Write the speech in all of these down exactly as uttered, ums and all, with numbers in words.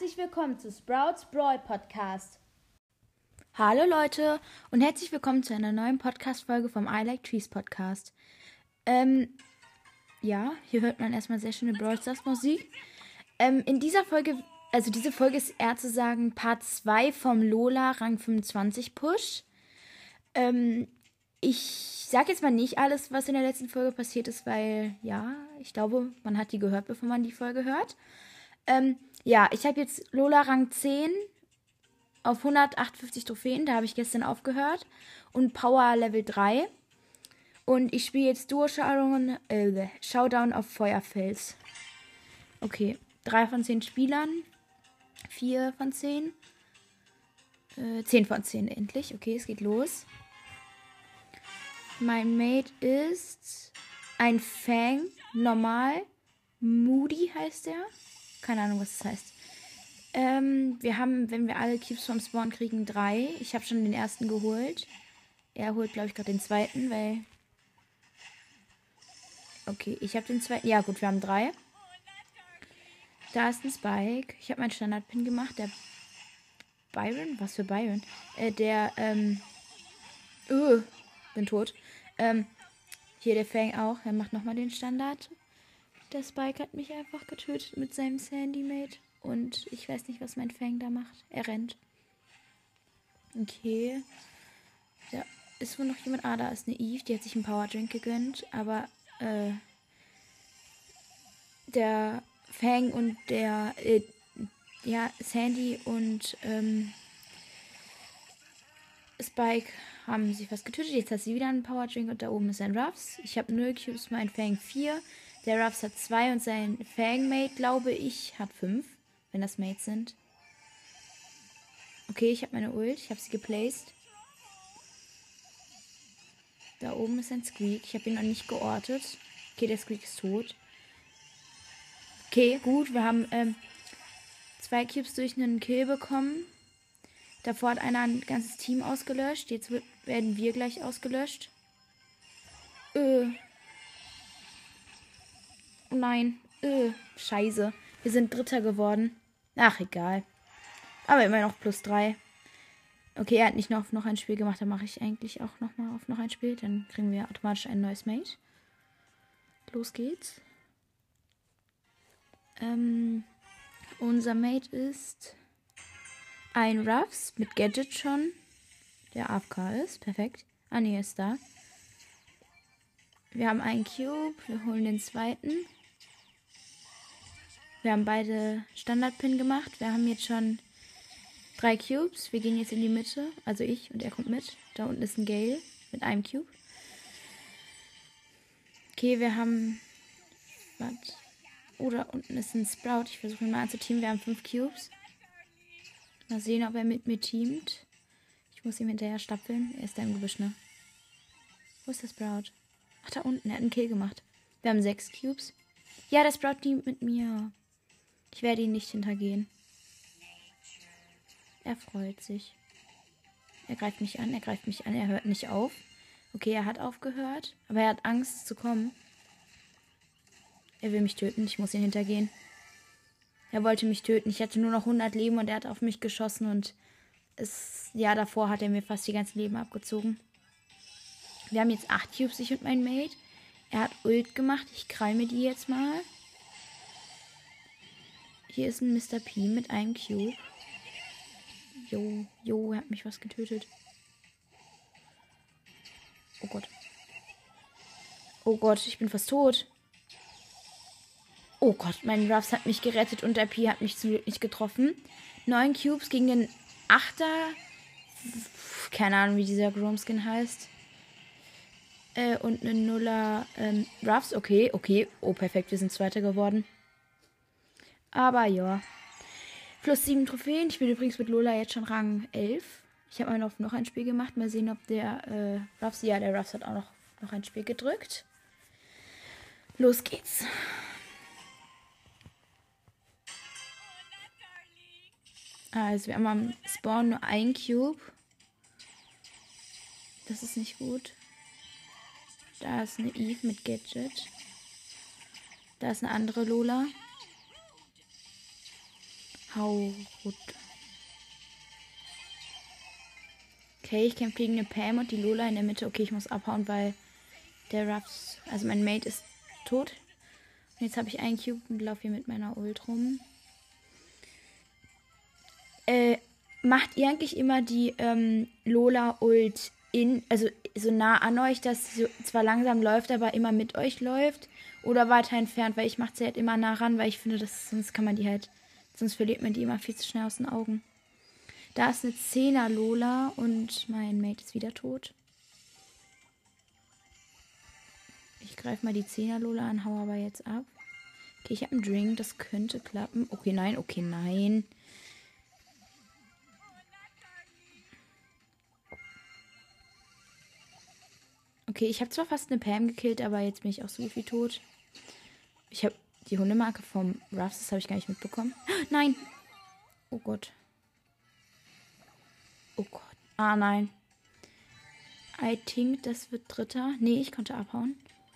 herzlich willkommen zu Sprouts Brawl Podcast. Hallo Leute und herzlich willkommen zu einer neuen Podcast-Folge vom I Like Trees Podcast. Ähm, ja, hier hört man erstmal sehr schöne Brawl Stars Musik. Ähm, in dieser Folge, also diese Folge ist eher zu sagen Part zwei vom Lola Rang fünfundzwanzig Push. Ähm, ich sage jetzt mal nicht alles, was in der letzten Folge passiert ist, weil, ja, ich glaube, man hat die gehört, bevor man die Folge hört. Ähm, ja, ich habe jetzt Lola Rang zehn auf hundertachtundfünfzig Trophäen, da habe ich gestern aufgehört. Und Power Level drei. Und ich spiele jetzt Duo Showdown, äh, Showdown auf Feuerfels. Okay, drei von zehn Spielern. vier von zehn. Äh, zehn von zehn endlich. Okay, es geht los. Mein Mate ist ein Fang, normal. Moody heißt er. Keine Ahnung, was das heißt. Ähm, wir haben, wenn wir alle Cubes vom Spawn kriegen, drei. Ich habe schon den ersten geholt. Er holt, glaube ich, gerade den zweiten, weil... Okay, ich habe den zweiten. Ja gut, wir haben drei. Da ist ein Spike. Ich habe meinen Standard-Pin gemacht. Der Byron? Was für Byron? Äh, der, ähm... Uh, bin tot. Ähm, hier der Fang auch. Er macht nochmal den Standard. Der Spike hat mich einfach getötet mit seinem Sandy-Mate. Und ich weiß nicht, was mein Fang da macht. Er rennt. Okay. Da ist wohl noch jemand. Ah, da ist eine Eve. Die hat sich einen Powerdrink gegönnt. Aber, äh... der Fang und der, äh, ja, Sandy und, ähm, Spike haben sich was getötet. Jetzt hat sie wieder einen Powerdrink und da oben ist ein Ruffs. Ich habe null Cubes, mein Fang vier. Der Ruffs hat zwei und sein Fang-Mate, glaube ich, hat fünf. Wenn das Mates sind. Okay, ich habe meine Ult. Ich habe sie geplaced. Da oben ist ein Squeak. Ich habe ihn noch nicht geortet. Okay, der Squeak ist tot. Okay, gut. Wir haben ähm, zwei Cubes durch einen Kill bekommen. Davor hat einer ein ganzes Team ausgelöscht. Jetzt wird, werden wir gleich ausgelöscht. Äh. Oh nein. Äh. Scheiße. Wir sind Dritter geworden. Ach, egal. Aber immer noch plus drei. Okay, er hat nicht noch auf noch ein Spiel gemacht. Dann mache ich eigentlich auch nochmal auf noch ein Spiel. Dann kriegen wir automatisch ein neues Mate. Los geht's. Ähm, unser Mate ist ein Ruffs mit Gadget schon. Der A F K ist. Perfekt. Ah, nee, ist da. Wir haben einen Cube. Wir holen den zweiten. Wir haben beide Standard-Pin gemacht. Wir haben jetzt schon drei Cubes. Wir gehen jetzt in die Mitte. Also ich und er kommt mit. Da unten ist ein Gale mit einem Cube. Okay, wir haben... Was? Oh, da unten ist ein Sprout. Ich versuche ihn mal anzuteamen. Wir haben fünf Cubes. Mal sehen, ob er mit mir teamt. Ich muss ihm hinterher stapeln. Er ist da im Gebüsch, ne? Wo ist der Sprout? Ach, da unten. Er hat einen Kill gemacht. Wir haben sechs Cubes. Ja, der Sprout teamt mit mir. Ich werde ihn nicht hintergehen. Er freut sich. Er greift mich an, er greift mich an, er hört nicht auf. Okay, er hat aufgehört, aber er hat Angst zu kommen. Er will mich töten, ich muss ihn hintergehen. Er wollte mich töten, ich hatte nur noch hundert Leben und er hat auf mich geschossen und es, ja, davor hat er mir fast die ganzen Leben abgezogen. Wir haben jetzt acht Cubes, ich und mein Mate. Er hat Ult gemacht, ich krall mir die jetzt mal. Hier ist ein Mister P mit einem Cube. Jo, jo, er hat mich was getötet. Oh Gott. Oh Gott, ich bin fast tot. Oh Gott, mein Ruffs hat mich gerettet und der P hat mich zum Glück nicht getroffen. Neun Cubes gegen den Achter. Keine Ahnung, wie dieser Grom-Skin heißt. Äh, und eine Nuller ähm, Ruffs. Okay, okay. Oh, perfekt, wir sind Zweiter geworden. Aber ja. Plus sieben Trophäen. Ich bin übrigens mit Lola jetzt schon Rang elf. Ich habe mal noch, noch ein Spiel gemacht. Mal sehen, ob der äh, Ruffs... Ja, der Ruffs hat auch noch, noch ein Spiel gedrückt. Los geht's. Also, wir haben am Spawn nur ein Cube. Das ist nicht gut. Da ist eine Eve mit Gadget. Da ist eine andere Lola. Hau gut. Okay, ich kämpfe gegen eine Pam und die Lola in der Mitte. Okay, ich muss abhauen, weil der Ruffs, also mein Mate ist tot. Und jetzt habe ich einen Cube und laufe hier mit meiner Ult rum. Äh, macht ihr eigentlich immer die ähm, Lola-Ult in, also so nah an euch, dass sie so, zwar langsam läuft, aber immer mit euch läuft? Oder weiter entfernt? Weil ich mache sie halt immer nah ran, weil ich finde, dass, sonst kann man die halt, sonst verliert man die immer viel zu schnell aus den Augen. Da ist eine zehner Lola und mein Mate ist wieder tot. Ich greife mal die zehner Lola an, hau aber jetzt ab. Okay, ich habe einen Drink, das könnte klappen. Okay, nein, okay, nein. Okay, ich habe zwar fast eine Pam gekillt, aber jetzt bin ich auch so gut wie tot. Ich habe die Hundemarke vom Ruffs, das habe ich gar nicht mitbekommen. Nein! Oh Gott. Oh Gott. Ah, nein. I think, das wird Dritter. Nee, ich konnte abhauen.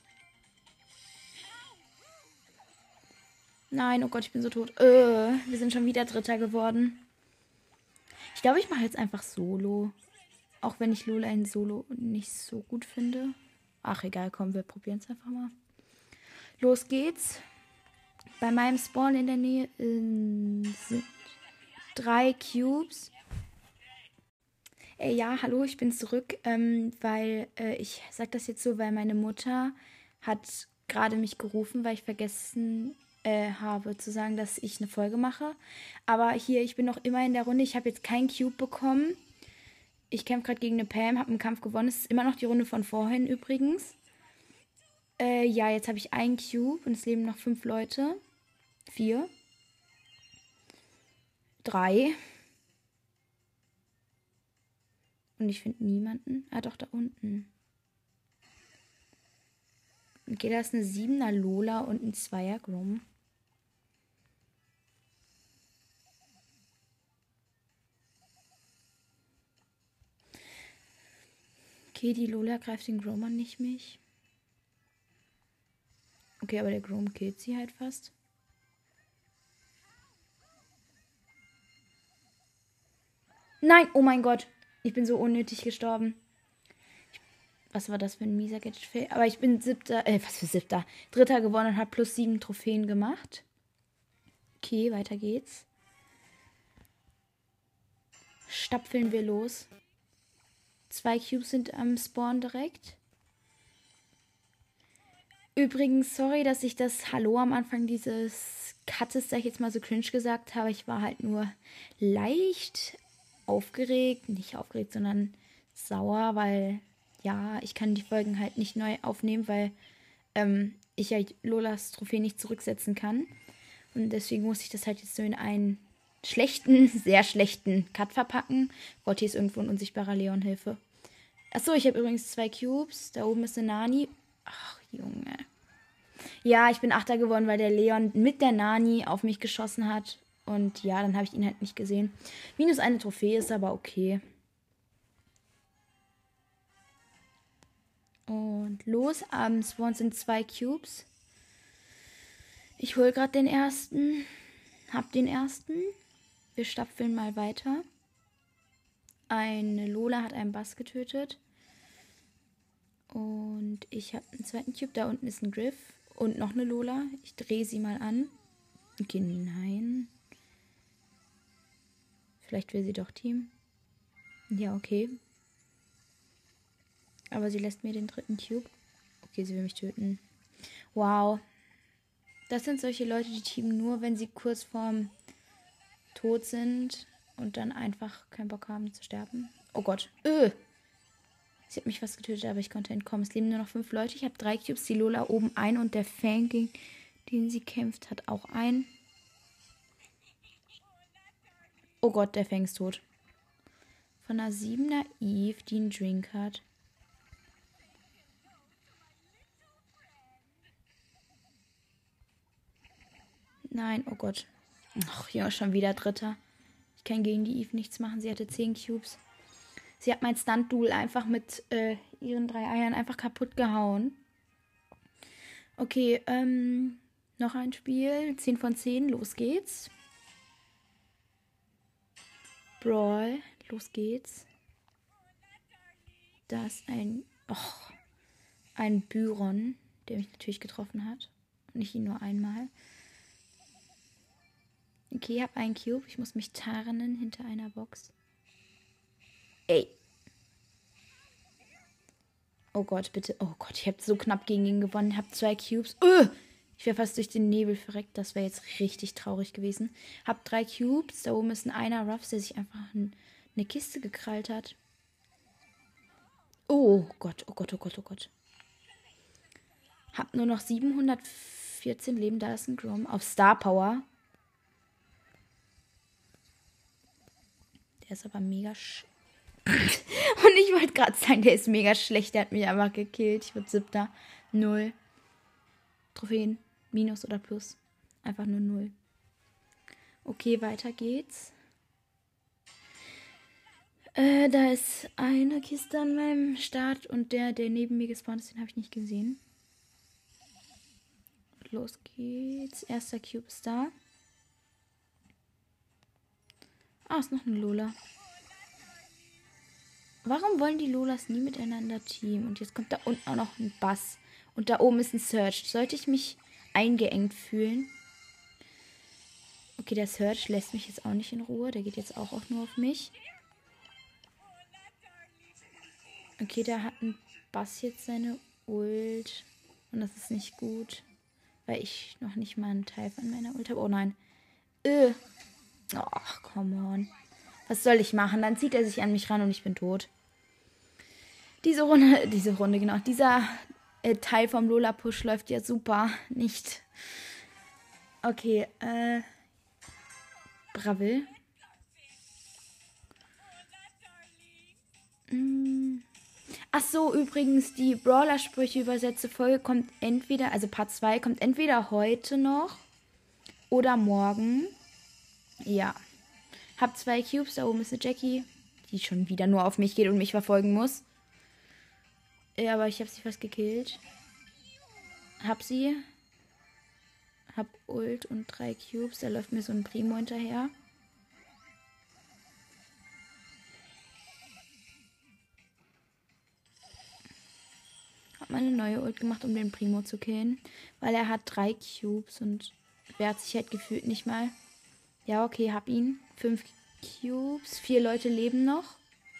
Nein, oh Gott, ich bin so tot. Äh, wir sind schon wieder Dritter geworden. Ich glaube, ich mache jetzt einfach Solo. Auch wenn ich Lola in Solo nicht so gut finde. Ach, egal, komm, wir probieren es einfach mal. Los geht's. Bei meinem Spawn in der Nähe äh, sind drei Cubes. Äh, ja, hallo, ich bin zurück, ähm, weil äh, ich sag das jetzt so, weil meine Mutter hat gerade mich gerufen, weil ich vergessen äh, habe zu sagen, dass ich eine Folge mache. Aber hier, ich bin noch immer in der Runde. Ich habe jetzt keinen Cube bekommen. Ich kämpfe gerade gegen eine Pam, habe einen Kampf gewonnen. Es ist immer noch die Runde von vorhin übrigens. Äh, ja, jetzt habe ich einen Cube und es leben noch fünf Leute. Vier. Drei. Und ich finde niemanden. Ah, doch, da unten. Okay, da ist eine siebener Lola und ein zweier Grom. Okay, die Lola greift den Grom an, nicht mich. Okay, aber der Grom killt sie halt fast. Nein, oh mein Gott. Ich bin so unnötig gestorben. Ich, was war das für ein mieser Gadget-Fail? Aber ich bin siebter, äh, was für siebter? Dritter gewonnen und habe plus sieben Trophäen gemacht. Okay, weiter geht's. Stapfeln wir los. Zwei Cubes sind am Spawn direkt. Übrigens, sorry, dass ich das Hallo am Anfang dieses Cuttes, sag ich jetzt mal so cringe gesagt habe. Ich war halt nur leicht aufgeregt. Nicht aufgeregt, sondern sauer, weil, ja, ich kann die Folgen halt nicht neu aufnehmen, weil ähm, ich ja Lolas Trophäe nicht zurücksetzen kann. Und deswegen muss ich das halt jetzt so in einen schlechten, sehr schlechten Cut verpacken. Gott, hier ist irgendwo ein unsichtbarer Leon, Hilfe. Achso, ich habe übrigens zwei Cubes. Da oben ist eine Nani. Ach, Junge. Ja, ich bin Achter geworden, weil der Leon mit der Nani auf mich geschossen hat. Und ja, dann habe ich ihn halt nicht gesehen. Minus eine Trophäe ist aber okay. Und los, am Spawn sind zwei Cubes. Ich hole gerade den ersten. Hab den ersten. Wir stapfeln mal weiter. Eine Lola hat einen Bass getötet. Und ich habe einen zweiten Cube. Da unten ist ein Griff. Und noch eine Lola. Ich drehe sie mal an. Okay, nein. Vielleicht will sie doch Team. Ja, okay. Aber sie lässt mir den dritten Cube. Okay, sie will mich töten. Wow. Das sind solche Leute, die teamen nur, wenn sie kurz vorm Tod sind und dann einfach keinen Bock haben zu sterben. Oh Gott. Öh. Sie hat mich fast getötet, aber ich konnte entkommen. Es leben nur noch fünf Leute. Ich habe drei Cubes, die Lola oben ein und der Fang, gegen den sie kämpft, hat auch einen. Oh Gott, der Fang ist tot. Von einer siebener Eve, die einen Drink hat. Nein, oh Gott. Ach ja, schon wieder Dritter. Ich kann gegen die Eve nichts machen. Sie hatte zehn Cubes. Sie hat mein Stunt-Duel einfach mit äh, ihren drei Eiern einfach kaputt gehauen. Okay, ähm, noch ein Spiel. zehn von zehn, los geht's. Brawl. Los geht's. Da ist ein... Och, ein Byron, der mich natürlich getroffen hat. Und nicht ihn nur einmal. Okay, ich habe einen Cube. Ich muss mich tarnen hinter einer Box. Ey. Oh Gott, bitte. Oh Gott, ich habe so knapp gegen ihn gewonnen. Ich habe zwei Cubes. Uh, ich wäre fast durch den Nebel verreckt. Das wäre jetzt richtig traurig gewesen. Hab drei Cubes. Da oben ist ein einer Ruffs, der sich einfach ein, eine Kiste gekrallt hat. Oh Gott, oh Gott, oh Gott, oh Gott. Hab nur noch siebenhundertvierzehn Leben. Da ist ein Grom auf Star Power. Der ist aber mega sch... Und ich wollte gerade sagen, der ist mega schlecht. Der hat mich einfach gekillt. Ich wurde siebter. Null. Trophäen. Minus oder plus. Einfach nur null. Okay, weiter geht's. Äh, da ist eine Kiste an meinem Start. Und der, der neben mir gespawnt ist, den habe ich nicht gesehen. Los geht's. Erster Cube ist da. Ah, ist noch ein Lola. Warum wollen die Lolas nie miteinander teamen? Und jetzt kommt da unten auch noch ein Bass. Und da oben ist ein Search. Sollte ich mich eingeengt fühlen? Okay, der Search lässt mich jetzt auch nicht in Ruhe. Der geht jetzt auch, auch nur auf mich. Okay, da hat ein Bass jetzt seine Ult. Und das ist nicht gut. Weil ich noch nicht mal einen Teil von meiner Ult habe. Oh nein. Äh. Ach, come on. Was soll ich machen? Dann zieht er sich an mich ran und ich bin tot. Diese Runde, diese Runde, genau. Dieser äh, Teil vom Lola-Push läuft ja super. Nicht. Okay, äh. Bravil. Mm. Ach so, übrigens, die Brawler-Sprüche-Übersetze-Folge kommt entweder, also Part zwei kommt entweder heute noch oder morgen. Ja. Hab zwei Cubes, da oben ist eine Jackie, die schon wieder nur auf mich geht und mich verfolgen muss. Ja, aber ich habe sie fast gekillt. Hab sie. Hab Ult und drei Cubes. Da läuft mir so ein Primo hinterher. Hab mal eine neue Ult gemacht, um den Primo zu killen. Weil er hat drei Cubes und wehrt sich halt gefühlt nicht mal. Ja, okay, hab ihn. Fünf Cubes. Vier Leute leben noch.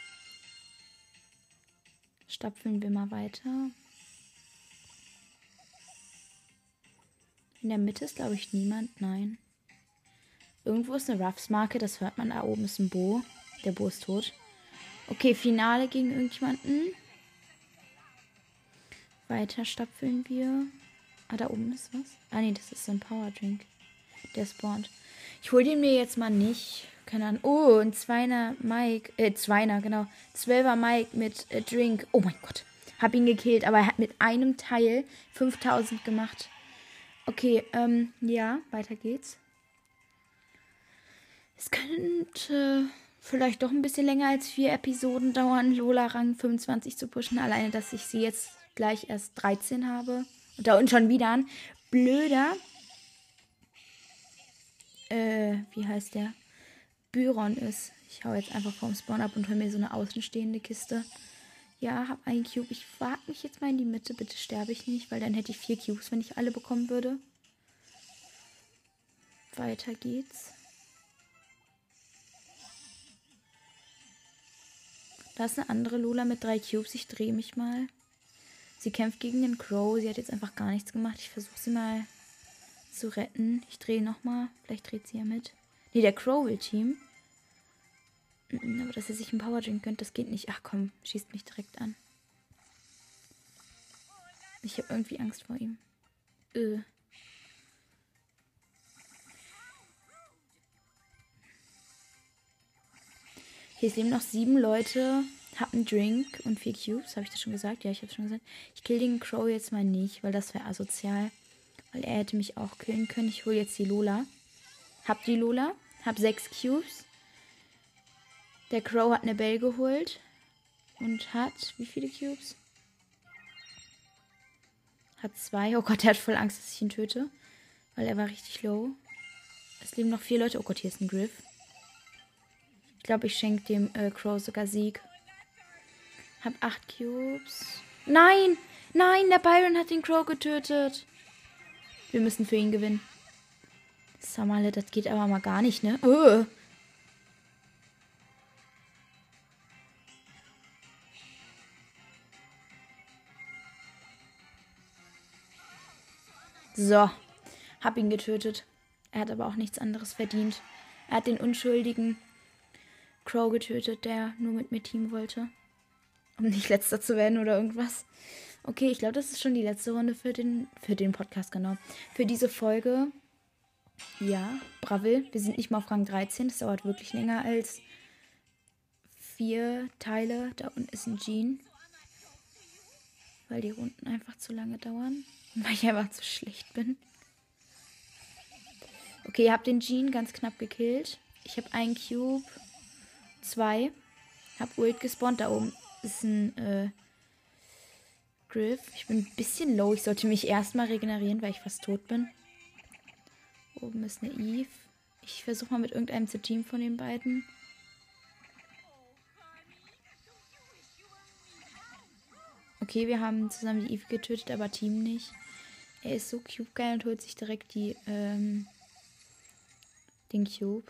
Stapfeln wir mal weiter. In der Mitte ist, glaube ich, niemand. Nein. Irgendwo ist eine Ruffs-Marke. Das hört man. Da oben ist ein Bo. Der Bo ist tot. Okay, Finale gegen irgendjemanden. Weiter stapfeln wir. Ah, da oben ist was. Ah, nee, das ist so ein Powerdrink. Der spawnt. Ich hole den mir jetzt mal nicht. Keine Ahnung. Oh, ein Zweiner Mike. Äh, Zweiner, genau. Zwölfer Mike mit äh, Drink. Oh mein Gott. Hab ihn gekillt, aber er hat mit einem Teil fünftausend gemacht. Okay, ähm, ja, weiter geht's. Es könnte vielleicht doch ein bisschen länger als vier Episoden dauern, Lola Rang fünfundzwanzig zu pushen. Alleine, dass ich sie jetzt gleich erst dreizehn habe. Und da unten schon wieder ein blöder, äh, wie heißt der? Byron ist. Ich hau jetzt einfach vom Spawn ab und hol mir so eine außenstehende Kiste. Ja, hab einen Cube. Ich wage mich jetzt mal in die Mitte. Bitte sterbe ich nicht, weil dann hätte ich vier Cubes, wenn ich alle bekommen würde. Weiter geht's. Da ist eine andere Lola mit drei Cubes. Ich drehe mich mal. Sie kämpft gegen den Crow. Sie hat jetzt einfach gar nichts gemacht. Ich versuche sie mal zu retten. Ich drehe nochmal. Vielleicht dreht sie ja mit. Nee, der Crow will Team. Aber dass er sich einen Powerdrink gönnt, das geht nicht. Ach komm, schießt mich direkt an. Ich habe irgendwie Angst vor ihm. Öh. Hier leben noch sieben Leute. Hab einen Drink und vier Cubes. Habe ich das schon gesagt? Ja, ich habe schon gesagt. Ich kill den Crow jetzt mal nicht, weil das wäre asozial. Weil er hätte mich auch killen können. Ich hole jetzt die Lola. Hab die Lola. Hab sechs Cubes. Der Crow hat eine Belle geholt. Und hat, wie viele Cubes? Hat zwei. Oh Gott, der hat voll Angst, dass ich ihn töte. Weil er war richtig low. Es leben noch vier Leute. Oh Gott, hier ist ein Griff. Ich glaube, ich schenke dem äh, Crow sogar Sieg. Hab acht Cubes. Nein! Nein, der Byron hat den Crow getötet. Wir müssen für ihn gewinnen. Samale, das geht aber mal gar nicht, ne? Uh. So. Hab ihn getötet. Er hat aber auch nichts anderes verdient. Er hat den unschuldigen Crow getötet, der nur mit mir teamen wollte. Um nicht letzter zu werden oder irgendwas. Okay, ich glaube, das ist schon die letzte Runde für den, für den Podcast, genau. Für diese Folge. Ja, Bravil. Wir sind nicht mal auf Rang dreizehn. Das dauert wirklich länger als vier Teile. Da unten ist ein Jean. Weil die Runden einfach zu lange dauern. Weil ich einfach zu schlecht bin. Okay, ihr habt den Jean ganz knapp gekillt. Ich habe einen Cube. Zwei. Hab Ult gespawnt. Da oben ist ein äh, Griff. Ich bin ein bisschen low. Ich sollte mich erstmal regenerieren, weil ich fast tot bin. Oben ist eine Eve. Ich versuche mal mit irgendeinem zu teamen von den beiden. Okay, wir haben zusammen die Eve getötet, aber Team nicht. Er ist so Cube geil und holt sich direkt die, ähm, den Cube.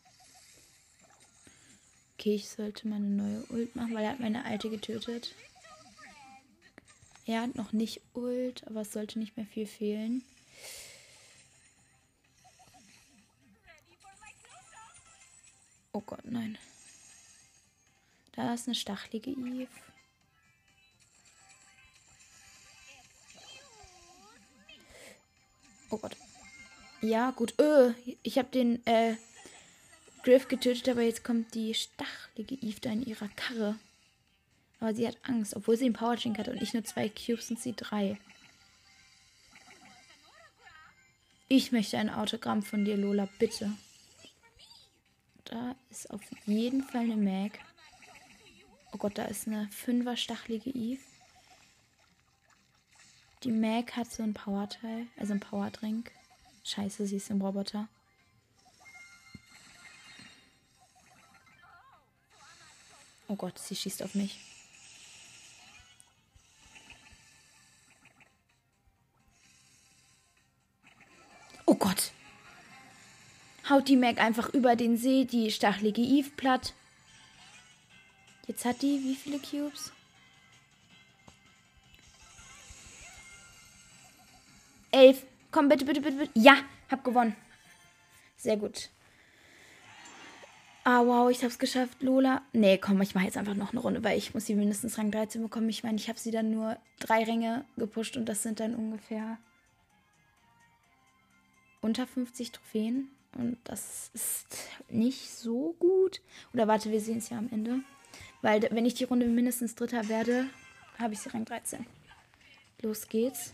Okay, ich sollte mal eine neue Ult machen, weil er hat meine alte getötet. Er hat noch nicht Ult, aber es sollte nicht mehr viel fehlen. Oh Gott, nein. Da ist eine stachelige Eve. Oh Gott. Ja, gut. Öh, ich habe den äh, Griff getötet, aber jetzt kommt die stachelige Eve da in ihrer Karre. Aber sie hat Angst, obwohl sie einen Powerchink hat und ich nur zwei Cubes und sie drei. Ich möchte ein Autogramm von dir, Lola, bitte. Da ist auf jeden Fall eine Mag. Oh Gott, da ist eine fünfer stachelige Eve. Die Mag hat so ein Powerteil, also ein Powerdrink. Scheiße, sie ist im Roboter. Oh Gott, sie schießt auf mich. Oh Gott. Haut die Mag einfach über den See, die stachelige Eve platt. Jetzt hat die wie viele Cubes? Elf. Komm, bitte, bitte, bitte, bitte. Ja, hab gewonnen. Sehr gut. Ah, wow, ich hab's geschafft, Lola. Nee, komm, ich mache jetzt einfach noch eine Runde, weil ich muss sie mindestens Rang dreizehn bekommen. Ich meine, ich habe sie dann nur drei Ränge gepusht und das sind dann ungefähr unter fünfzig Trophäen. Und das ist nicht so gut. Oder warte, wir sehen es ja am Ende. Weil wenn ich die Runde mindestens Dritter werde, habe ich sie Rang dreizehn. Los geht's.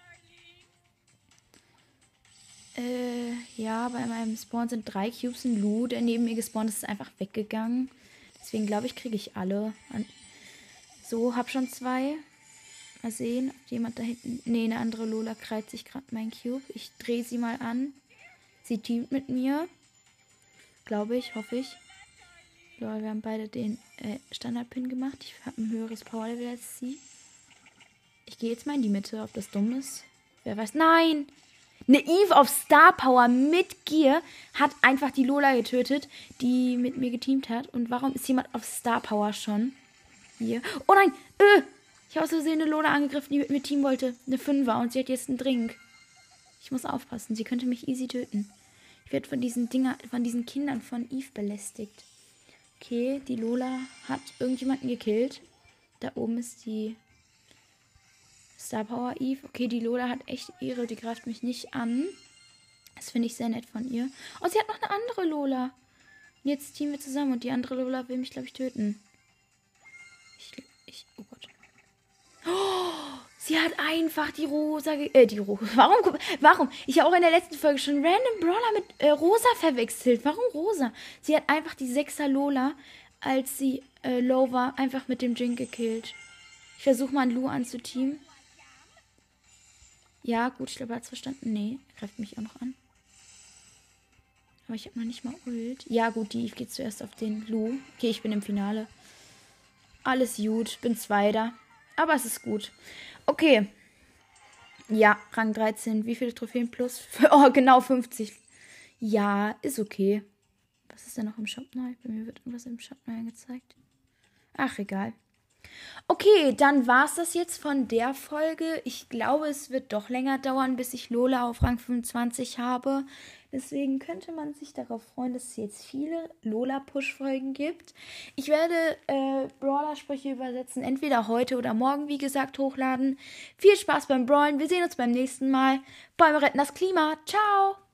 Äh, ja, bei meinem Spawn sind drei Cubes. Ein Lou, der neben mir gespawnt ist, ist einfach weggegangen. Deswegen glaube ich, kriege ich alle. So, hab schon zwei. Mal sehen, ob jemand da hinten... Nee, eine andere Lola kreit sich gerade mein Cube. Ich drehe sie mal an. Sie teamt mit mir. Glaube ich, hoffe ich. Ja, wir haben beide den äh, Standard-Pin gemacht. Ich habe ein höheres Power-Level als sie. Ich gehe jetzt mal in die Mitte, ob das dumm ist. Wer weiß... Nein! Eine Eve auf Star Power mit Gear hat einfach die Lola getötet, die mit mir geteamt hat. Und warum ist jemand auf Star Power schon hier? Oh nein! Äh, ich habe aus Versehen eine Lola angegriffen, die mit mir teamen wollte. Eine Fünfer und sie hat jetzt einen Drink. Ich muss aufpassen, sie könnte mich easy töten. Ich werde von diesen Dinger, von diesen Kindern von Eve belästigt. Okay, die Lola hat irgendjemanden gekillt. Da oben ist die Star Power Eve. Okay, die Lola hat echt Ehre, die greift mich nicht an. Das finde ich sehr nett von ihr. Oh, sie hat noch eine andere Lola. Und jetzt teamen wir zusammen und die andere Lola will mich, glaube ich, töten. Ich, ich, oh Gott. Oh, sie hat einfach die Rosa, äh, die Rosa. Warum, warum? Ich habe auch in der letzten Folge schon random Brawler mit äh, Rosa verwechselt. Warum Rosa? Sie hat einfach die sechser Lola, als sie äh, low war, einfach mit dem Jink gekillt. Ich versuche mal einen Lu anzuteamen. Ja, gut, ich glaube, er hat es verstanden. Nee, er greift mich auch noch an. Aber ich habe noch nicht mal Ult. Ja gut, die Eve geht zuerst auf den Lu. Okay, ich bin im Finale. Alles gut, bin Zweiter. Aber es ist gut. Okay. Ja, Rang dreizehn. Wie viele Trophäen plus? Oh, genau fünfzig. Ja, ist okay. Was ist denn noch im Shop neu? Bei mir wird irgendwas im Shop neu angezeigt. Ach, egal. Okay, dann war es das jetzt von der Folge. Ich glaube, es wird doch länger dauern, bis ich Lola auf Rang fünfundzwanzig habe. Deswegen könnte man sich darauf freuen, dass es jetzt viele Lola-Push-Folgen gibt. Ich werde äh, Brawler-Sprüche übersetzen, entweder heute oder morgen, wie gesagt, hochladen. Viel Spaß beim Brawlen. Wir sehen uns beim nächsten Mal. Bäume retten das Klima. Ciao!